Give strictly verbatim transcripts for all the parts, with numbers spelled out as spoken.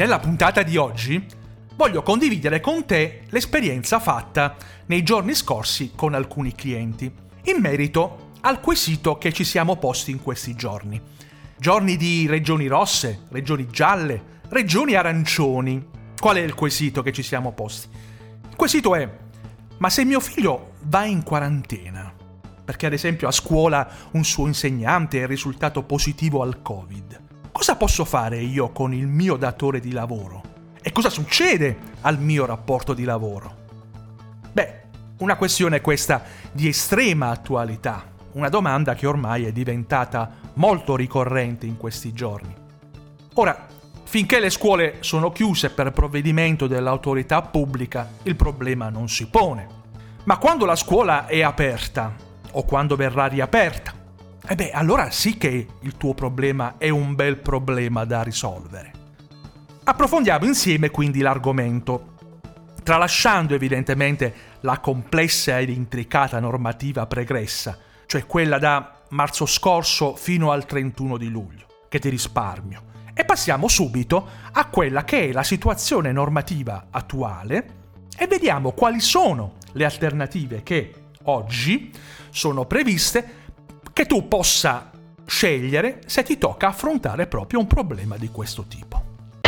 Nella puntata di oggi voglio condividere con te l'esperienza fatta nei giorni scorsi con alcuni clienti in merito al quesito che ci siamo posti in questi giorni. Giorni di regioni rosse, regioni gialle, regioni arancioni. Qual è il quesito che ci siamo posti? Il quesito è: ma se mio figlio va in quarantena perché ad esempio a scuola un suo insegnante è risultato positivo al Covid, cosa posso fare io con il mio datore di lavoro? E cosa succede al mio rapporto di lavoro? Beh, una questione questa di estrema attualità, una domanda che ormai è diventata molto ricorrente in questi giorni. Ora, finché le scuole sono chiuse per provvedimento dell'autorità pubblica, il problema non si pone. Ma quando la scuola è aperta, o quando verrà riaperta, e beh, allora sì che il tuo problema è un bel problema da risolvere. Approfondiamo insieme quindi l'argomento, tralasciando evidentemente la complessa ed intricata normativa pregressa, cioè quella da marzo scorso fino al trentuno di luglio, che ti risparmio, e passiamo subito a quella che è la situazione normativa attuale e vediamo quali sono le alternative che oggi sono previste che tu possa scegliere se ti tocca affrontare proprio un problema di questo tipo.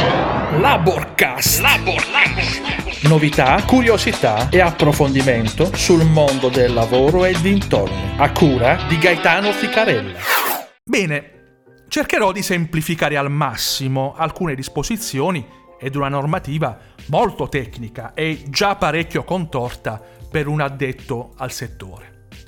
Laborcast. Laborcast. Novità, curiosità e approfondimento sul mondo del lavoro e dintorni, a cura di Gaetano Ficarella. Bene, cercherò di semplificare al massimo alcune disposizioni ed una normativa molto tecnica e già parecchio contorta per un addetto al settore.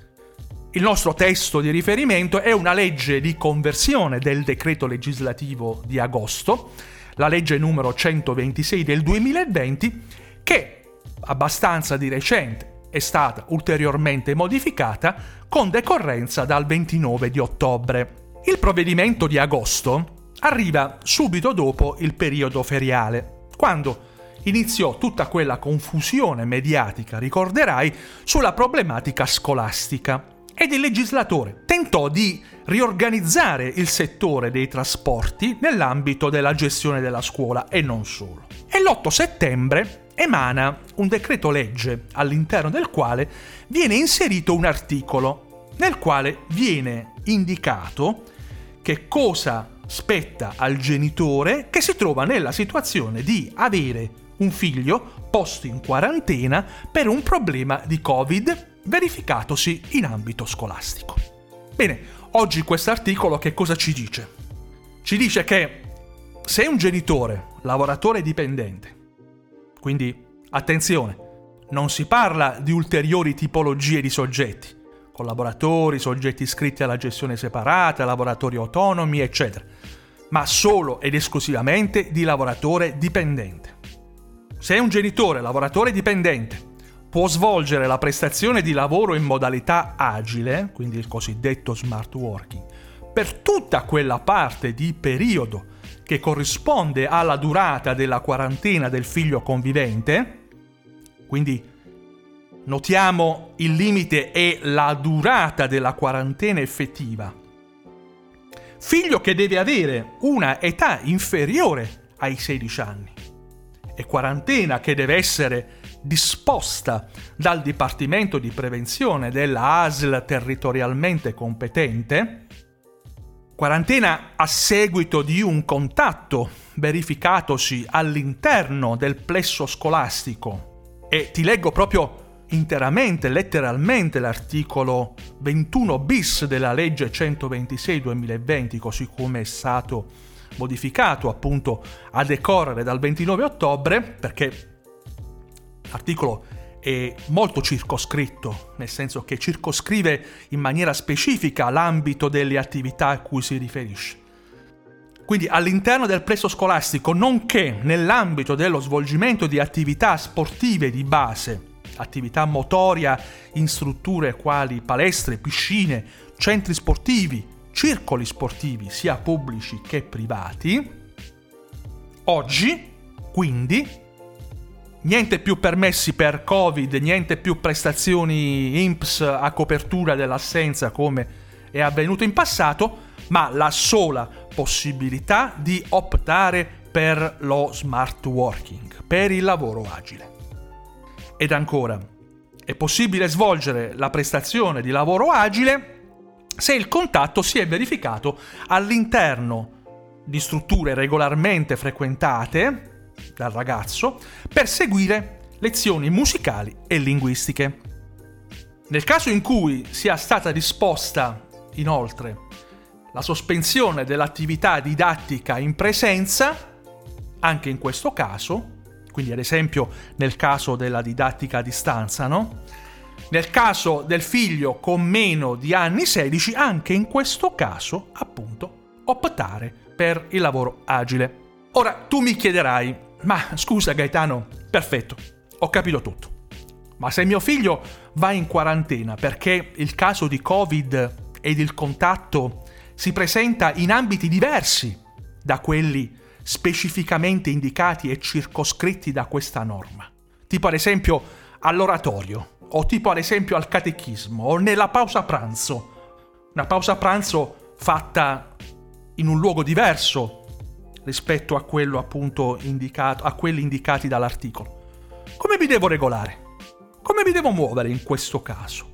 Il nostro testo di riferimento è una legge di conversione del decreto legislativo di agosto, la legge numero centoventisei del duemilaventi, che abbastanza di recente è stata ulteriormente modificata con decorrenza dal ventinove di ottobre. Il provvedimento di agosto arriva subito dopo il periodo feriale, quando iniziò tutta quella confusione mediatica, ricorderai, sulla problematica scolastica. Ed il legislatore tentò di riorganizzare il settore dei trasporti nell'ambito della gestione della scuola e non solo. E l'otto settembre emana un decreto legge all'interno del quale viene inserito un articolo nel quale viene indicato che cosa spetta al genitore che si trova nella situazione di avere un figlio posto in quarantena per un problema di Covid verificatosi in ambito scolastico. Bene, oggi quest'articolo che cosa ci dice? Ci dice che se un genitore, lavoratore dipendente, quindi attenzione, non si parla di ulteriori tipologie di soggetti, collaboratori, soggetti iscritti alla gestione separata, lavoratori autonomi, eccetera, ma solo ed esclusivamente di lavoratore dipendente. Se un genitore, lavoratore dipendente, può svolgere la prestazione di lavoro in modalità agile, quindi il cosiddetto smart working, per tutta quella parte di periodo che corrisponde alla durata della quarantena del figlio convivente, quindi notiamo il limite è la durata della quarantena effettiva, figlio che deve avere una età inferiore ai sedici anni, e quarantena che deve essere disposta dal Dipartimento di Prevenzione della A S L territorialmente competente, quarantena a seguito di un contatto verificatosi all'interno del plesso scolastico, e ti leggo proprio interamente, letteralmente, l'articolo ventuno bis della legge centoventisei duemilaventi, così come è stato modificato appunto a decorrere dal ventinove ottobre, perché l'articolo è molto circoscritto, nel senso che circoscrive in maniera specifica l'ambito delle attività a cui si riferisce. Quindi all'interno del plesso scolastico, nonché nell'ambito dello svolgimento di attività sportive di base, attività motoria in strutture quali palestre, piscine, centri sportivi, circoli sportivi sia pubblici che privati, oggi quindi niente più permessi per Covid, niente più prestazioni I N P S a copertura dell'assenza come è avvenuto in passato, ma la sola possibilità di optare per lo smart working, per il lavoro agile. Ed ancora, è possibile svolgere la prestazione di lavoro agile se il contatto si è verificato all'interno di strutture regolarmente frequentate dal ragazzo per seguire lezioni musicali e linguistiche. Nel caso in cui sia stata disposta, inoltre, la sospensione dell'attività didattica in presenza, anche in questo caso, quindi ad esempio nel caso della didattica a distanza, no? Nel caso del figlio con meno di anni sedici, anche in questo caso, appunto, optare per il lavoro agile. Ora, tu mi chiederai, ma scusa Gaetano, perfetto, ho capito tutto. Ma se mio figlio va in quarantena perché il caso di Covid ed il contatto si presenta in ambiti diversi da quelli specificamente indicati e circoscritti da questa norma, tipo ad esempio all'oratorio, o tipo ad esempio al catechismo, o nella pausa pranzo, una pausa pranzo fatta in un luogo diverso rispetto a quello appunto indicato, a quelli indicati dall'articolo. Come mi devo regolare? Come mi devo muovere in questo caso?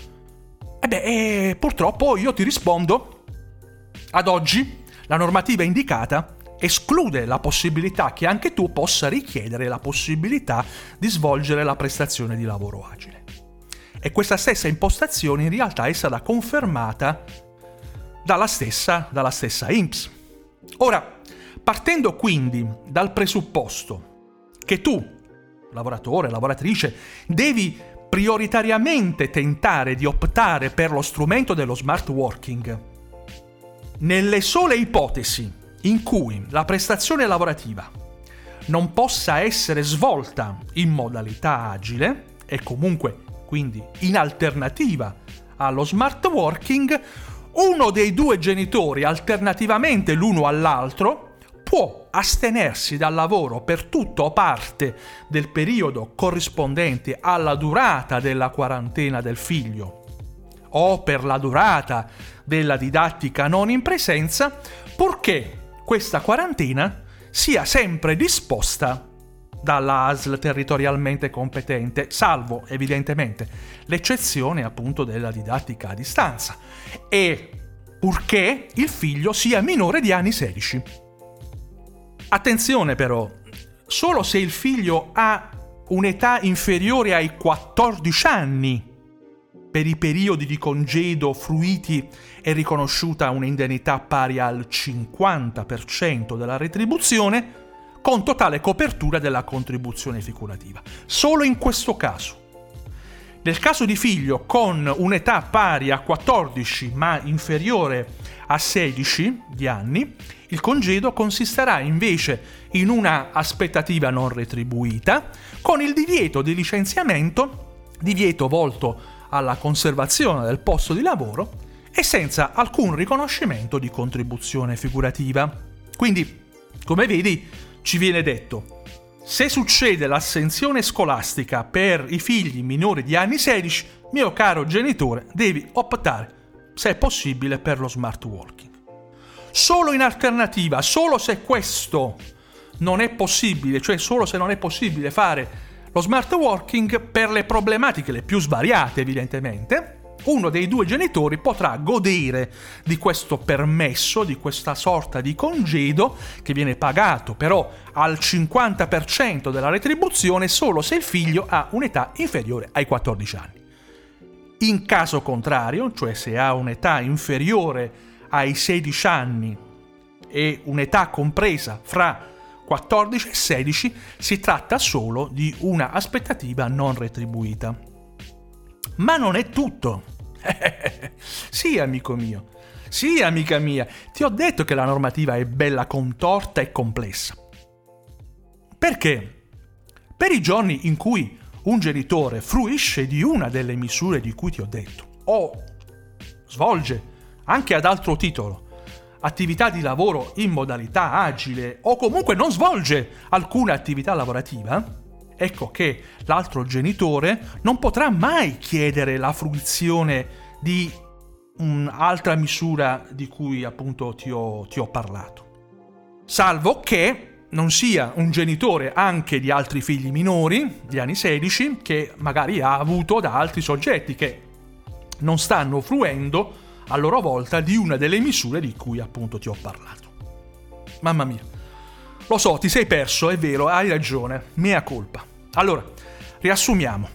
E beh, eh, purtroppo io ti rispondo, ad oggi la normativa indicata esclude la possibilità che anche tu possa richiedere la possibilità di svolgere la prestazione di lavoro agile. E questa stessa impostazione in realtà è stata confermata dalla stessa, dalla stessa I N P S. Ora, partendo quindi dal presupposto che tu, lavoratore, lavoratrice, devi prioritariamente tentare di optare per lo strumento dello smart working, nelle sole ipotesi in cui la prestazione lavorativa non possa essere svolta in modalità agile e comunque quindi in alternativa allo smart working, uno dei due genitori, alternativamente l'uno all'altro, può astenersi dal lavoro per tutto o parte del periodo corrispondente alla durata della quarantena del figlio o per la durata della didattica non in presenza, purché questa quarantena sia sempre disposta dalla A S L territorialmente competente, salvo evidentemente l'eccezione appunto della didattica a distanza, e purché il figlio sia minore di anni sedici. Attenzione però, solo se il figlio ha un'età inferiore ai quattordici anni per i periodi di congedo fruiti è riconosciuta un'indennità pari al cinquanta per cento della retribuzione, con totale copertura della contribuzione figurativa. Solo in questo caso. Nel caso di figlio con un'età pari a quattordici ma inferiore a sedici di anni, il congedo consisterà invece in una aspettativa non retribuita, con il divieto di licenziamento, divieto volto alla conservazione del posto di lavoro e senza alcun riconoscimento di contribuzione figurativa. Quindi, come vedi, ci viene detto: se succede l'assenzione scolastica per i figli minori di anni sedici, mio caro genitore, devi optare, se è possibile, per lo smart working. Solo in alternativa, solo se questo non è possibile, cioè solo se non è possibile fare lo smart working per le problematiche le più svariate, evidentemente, uno dei due genitori potrà godere di questo permesso, di questa sorta di congedo che viene pagato però al cinquanta per cento della retribuzione solo se il figlio ha un'età inferiore ai quattordici anni. In caso contrario, cioè se ha un'età inferiore ai sedici anni e un'età compresa fra quattordici e sedici, si tratta solo di una aspettativa non retribuita. Ma non è tutto. Sì, amico mio, sì, amica mia, ti ho detto che la normativa è bella contorta e complessa. Perché? Per i giorni in cui un genitore fruisce di una delle misure di cui ti ho detto, o svolge, anche ad altro titolo, attività di lavoro in modalità agile, o comunque non svolge alcuna attività lavorativa, ecco che l'altro genitore non potrà mai chiedere la fruizione di un'altra misura di cui appunto ti ho, ti ho parlato. Salvo che non sia un genitore anche di altri figli minori di anni sedici che magari ha avuto da altri soggetti che non stanno fruendo a loro volta di una delle misure di cui appunto ti ho parlato. Mamma mia, lo so, ti sei perso, è vero, hai ragione, mea colpa. Allora, riassumiamo.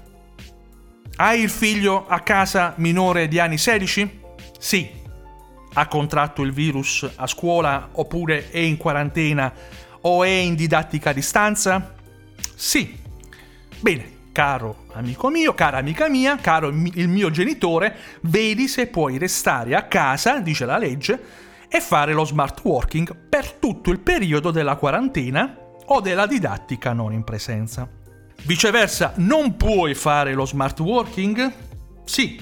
Hai il figlio a casa minore di anni sedici? Sì. Ha contratto il virus a scuola oppure è in quarantena o è in didattica a distanza? Sì. Bene, caro amico mio, cara amica mia, caro il mio genitore, vedi se puoi restare a casa, dice la legge, e fare lo smart working per tutto il periodo della quarantena o della didattica non in presenza. Viceversa, non puoi fare lo smart working? Sì.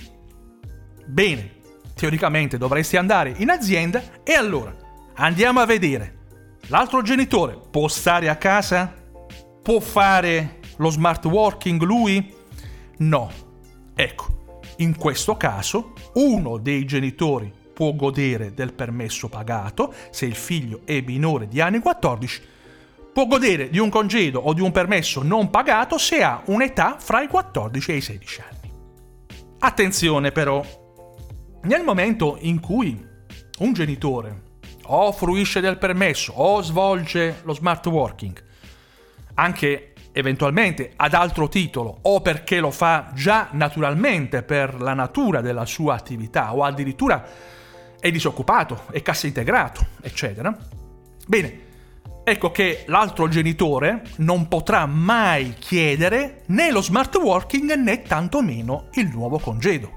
Bene, teoricamente dovresti andare in azienda e allora andiamo a vedere. L'altro genitore può stare a casa? Può fare lo smart working lui? No. Ecco, in questo caso uno dei genitori può godere del permesso pagato se il figlio è minore di anni quattordici, può godere di un congedo o di un permesso non pagato se ha un'età fra i quattordici e i sedici anni. Attenzione però, nel momento in cui un genitore o fruisce del permesso o svolge lo smart working, anche eventualmente ad altro titolo o perché lo fa già naturalmente per la natura della sua attività o addirittura è disoccupato, è cassa integrato, eccetera, bene, ecco che l'altro genitore non potrà mai chiedere né lo smart working né tantomeno il nuovo congedo.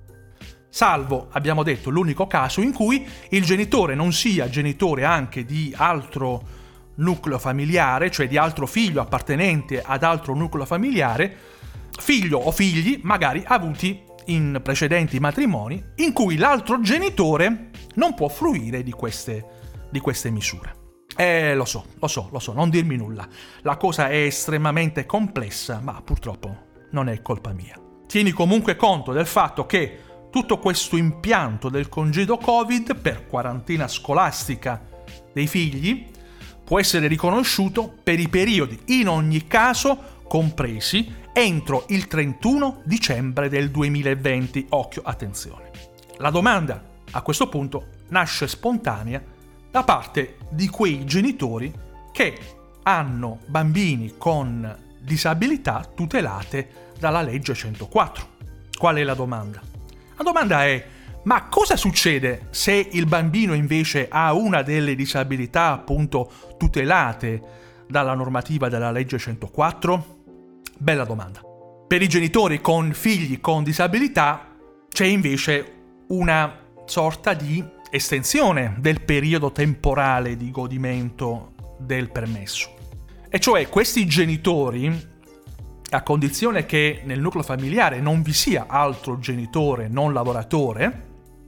Salvo, abbiamo detto, l'unico caso in cui il genitore non sia genitore anche di altro nucleo familiare, cioè di altro figlio appartenente ad altro nucleo familiare, figlio o figli magari avuti in precedenti matrimoni, in cui l'altro genitore non può fruire di queste, di queste misure. Eh, lo so, lo so, lo so, non dirmi nulla. La cosa è estremamente complessa, ma purtroppo non è colpa mia. Tieni comunque conto del fatto che tutto questo impianto del congedo Covid per quarantena scolastica dei figli può essere riconosciuto per i periodi in ogni caso compresi entro il trentuno dicembre del duemilaventi. Occhio, attenzione. La domanda a questo punto nasce spontanea da parte di quei genitori che hanno bambini con disabilità tutelate dalla legge centoquattro. Qual è la domanda? La domanda è: ma cosa succede se il bambino invece ha una delle disabilità appunto tutelate dalla normativa della legge centoquattro? Bella domanda. Per i genitori con figli con disabilità c'è invece una sorta di estensione del periodo temporale di godimento del permesso. E cioè questi genitori, a condizione che nel nucleo familiare non vi sia altro genitore non lavoratore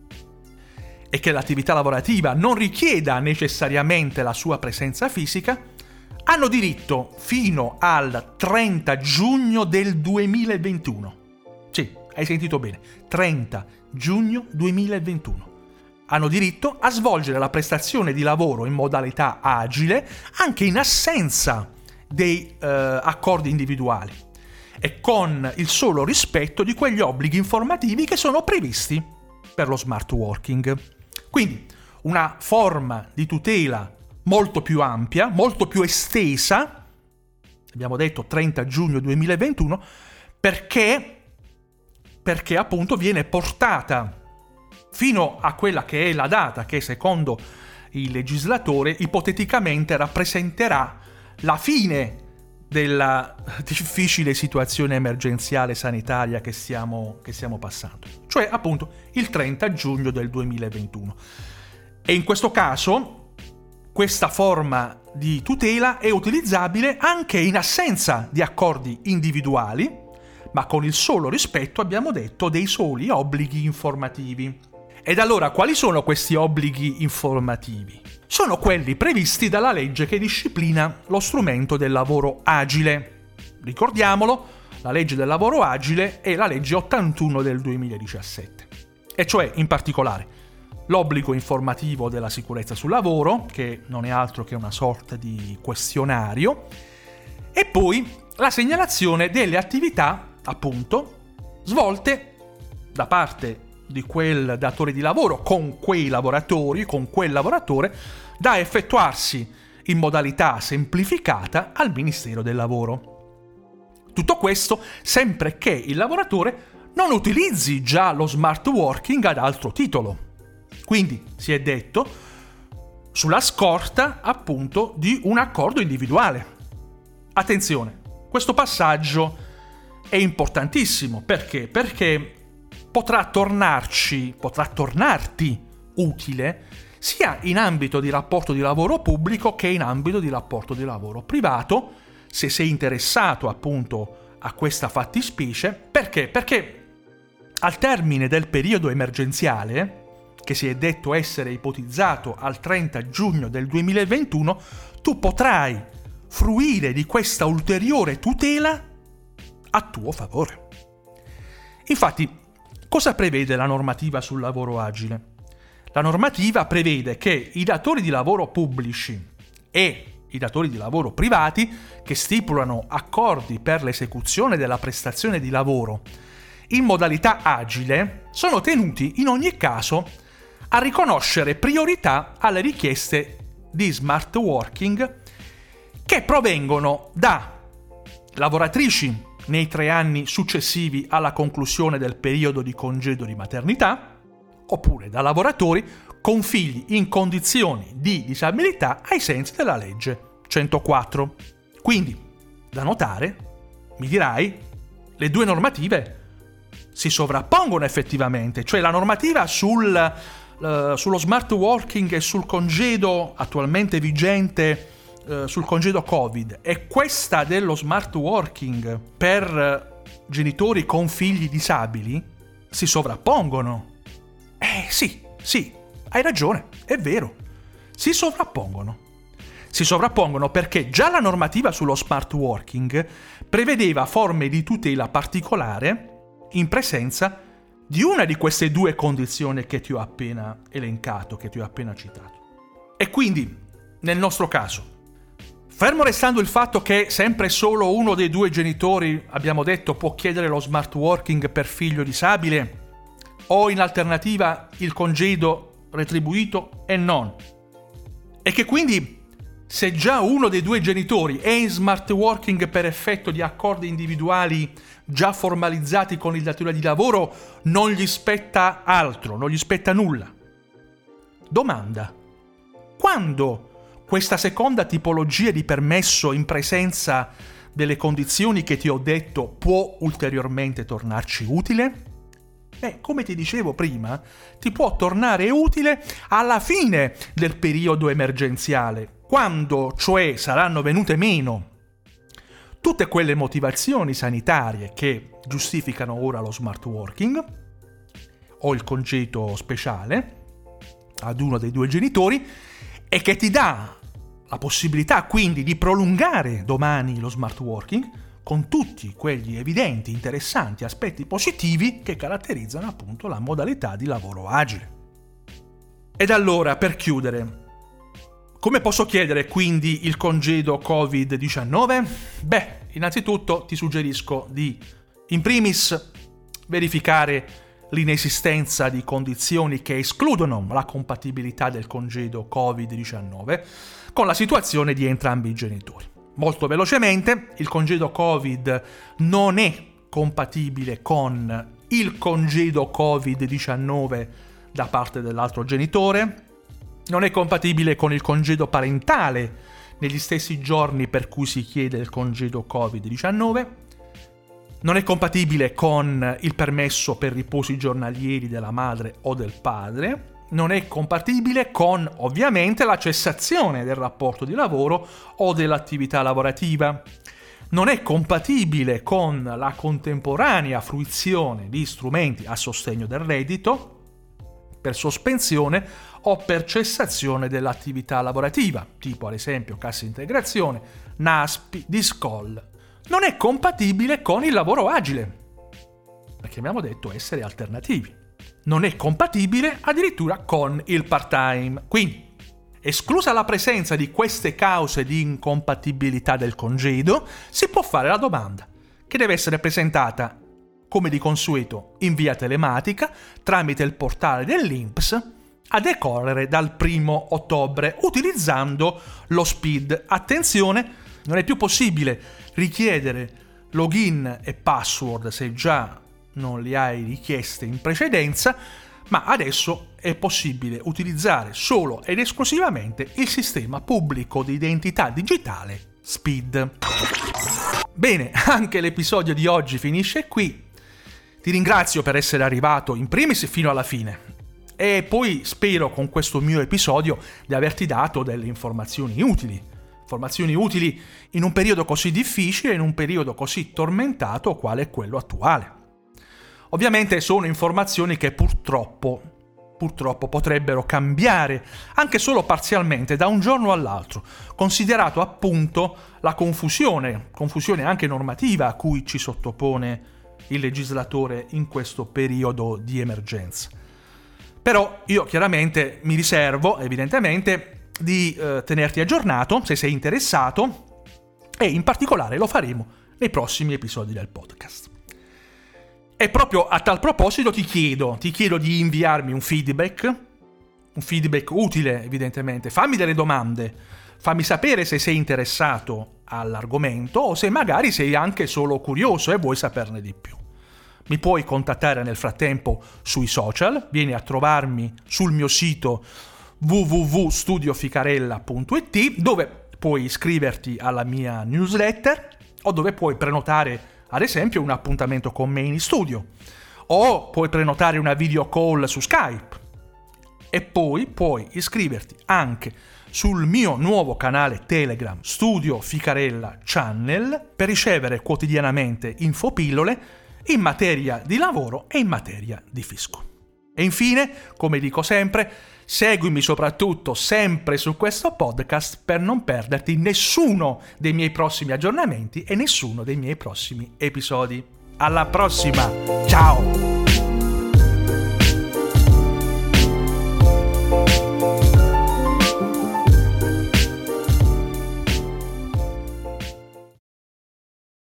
e che l'attività lavorativa non richieda necessariamente la sua presenza fisica, hanno diritto fino al trenta giugno del duemilaventuno. Sì, hai sentito bene, trenta giugno duemilaventuno. Hanno diritto a svolgere la prestazione di lavoro in modalità agile anche in assenza dei eh, accordi individuali e con il solo rispetto di quegli obblighi informativi che sono previsti per lo smart working. Quindi una forma di tutela molto più ampia, molto più estesa, abbiamo detto trenta giugno duemilaventuno, perché, perché appunto viene portata fino a quella che è la data che secondo il legislatore ipoteticamente rappresenterà la fine della difficile situazione emergenziale sanitaria che stiamo, che stiamo passando, cioè appunto il trenta giugno del duemilaventuno. E in questo caso questa forma di tutela è utilizzabile anche in assenza di accordi individuali, ma con il solo rispetto, abbiamo detto, dei soli obblighi informativi. Ed allora quali sono questi obblighi informativi? Sono quelli previsti dalla legge che disciplina lo strumento del lavoro agile. Ricordiamolo, la legge del lavoro agile è la legge ottantuno del duemiladiciassette. E cioè, in particolare, l'obbligo informativo della sicurezza sul lavoro, che non è altro che una sorta di questionario, e poi la segnalazione delle attività, appunto, svolte da parte di quel datore di lavoro con quei lavoratori, con quel lavoratore, da effettuarsi in modalità semplificata al Ministero del Lavoro. Tutto questo sempre che il lavoratore non utilizzi già lo smart working ad altro titolo. Quindi, si è detto, sulla scorta appunto di un accordo individuale. Attenzione, questo passaggio è importantissimo. Perché? Perché potrà tornarci, potrà tornarti utile sia in ambito di rapporto di lavoro pubblico che in ambito di rapporto di lavoro privato, se sei interessato appunto a questa fattispecie. Perché? Perché al termine del periodo emergenziale, che si è detto essere ipotizzato al trenta giugno del duemilaventuno, tu potrai fruire di questa ulteriore tutela a tuo favore. Infatti, cosa prevede la normativa sul lavoro agile? La normativa prevede che i datori di lavoro pubblici e i datori di lavoro privati che stipulano accordi per l'esecuzione della prestazione di lavoro in modalità agile sono tenuti in ogni caso a riconoscere priorità alle richieste di smart working che provengono da lavoratrici nei tre anni successivi alla conclusione del periodo di congedo di maternità, oppure da lavoratori con figli in condizioni di disabilità ai sensi della legge centoquattro. Quindi, da notare, mi dirai, le due normative si sovrappongono effettivamente, cioè la normativa sul, uh, sullo smart working e sul congedo attualmente vigente, uh, sul congedo Covid, e questa dello smart working per uh, genitori con figli disabili si sovrappongono. Eh sì, sì, hai ragione, è vero, si sovrappongono. Si sovrappongono perché già la normativa sullo smart working prevedeva forme di tutela particolare in presenza di una di queste due condizioni che ti ho appena elencato, che ti ho appena citato. E quindi, nel nostro caso, fermo restando il fatto che sempre solo uno dei due genitori, abbiamo detto, può chiedere lo smart working per figlio disabile, o in alternativa il congedo retribuito e non, e che quindi se già uno dei due genitori è in smart working per effetto di accordi individuali già formalizzati con il datore di lavoro, non gli spetta altro, non gli spetta nulla. Domanda: quando questa seconda tipologia di permesso in presenza delle condizioni che ti ho detto può ulteriormente tornarci utile? Eh, come ti dicevo prima, ti può tornare utile alla fine del periodo emergenziale, quando cioè saranno venute meno tutte quelle motivazioni sanitarie che giustificano ora lo smart working o il congedo speciale ad uno dei due genitori, e che ti dà la possibilità quindi di prolungare domani lo smart working con tutti quegli evidenti, interessanti aspetti positivi che caratterizzano appunto la modalità di lavoro agile. Ed allora, per chiudere, come posso chiedere quindi il congedo covid diciannove? Beh, innanzitutto ti suggerisco di, in primis, verificare l'inesistenza di condizioni che escludono la compatibilità del congedo covid diciannove con la situazione di entrambi i genitori. Molto velocemente, il congedo Covid non è compatibile con il congedo covid diciannove da parte dell'altro genitore, non è compatibile con il congedo parentale negli stessi giorni per cui si chiede il congedo covid diciannove, non è compatibile con il permesso per riposi giornalieri della madre o del padre, non è compatibile con, ovviamente, la cessazione del rapporto di lavoro o dell'attività lavorativa, non è compatibile con la contemporanea fruizione di strumenti a sostegno del reddito, per sospensione o per cessazione dell'attività lavorativa, tipo ad esempio cassa integrazione, NASPI, Discol. Non è compatibile con il lavoro agile, perché abbiamo detto essere alternativi. non è compatibile addirittura con il part-time. Quindi, esclusa la presenza di queste cause di incompatibilità del congedo, si può fare la domanda, che deve essere presentata, come di consueto, in via telematica, tramite il portale dell'I N P S, a decorrere dal primo ottobre, utilizzando lo S P I D. Attenzione, non è più possibile richiedere login e password se già non li hai richieste in precedenza, ma adesso è possibile utilizzare solo ed esclusivamente il sistema pubblico di identità digitale S P I D. Bene, anche l'episodio di oggi finisce qui. Ti ringrazio per essere arrivato in primis fino alla fine e poi spero con questo mio episodio di averti dato delle informazioni utili. Informazioni utili in un periodo così difficile, in un periodo così tormentato quale è quello attuale. Ovviamente sono informazioni che purtroppo, purtroppo potrebbero cambiare anche solo parzialmente da un giorno all'altro, considerato appunto la confusione, confusione anche normativa a cui ci sottopone il legislatore in questo periodo di emergenza. Però io chiaramente mi riservo, evidentemente, di eh, tenerti aggiornato se sei interessato e in particolare lo faremo nei prossimi episodi del podcast. E proprio a tal proposito ti chiedo, ti chiedo di inviarmi un feedback, un feedback utile evidentemente, fammi delle domande, fammi sapere se sei interessato all'argomento o se magari sei anche solo curioso e vuoi saperne di più. Mi puoi contattare nel frattempo sui social, vieni a trovarmi sul mio sito w w w punto studio ficarella punto i t, dove puoi iscriverti alla mia newsletter o dove puoi prenotare ad esempio un appuntamento con me in studio, o puoi prenotare una video call su Skype, e poi puoi iscriverti anche sul mio nuovo canale Telegram Studio Ficarella Channel per ricevere quotidianamente infopillole in materia di lavoro e in materia di fisco. E infine, come dico sempre, seguimi soprattutto sempre su questo podcast per non perderti nessuno dei miei prossimi aggiornamenti e nessuno dei miei prossimi episodi. Alla prossima, ciao!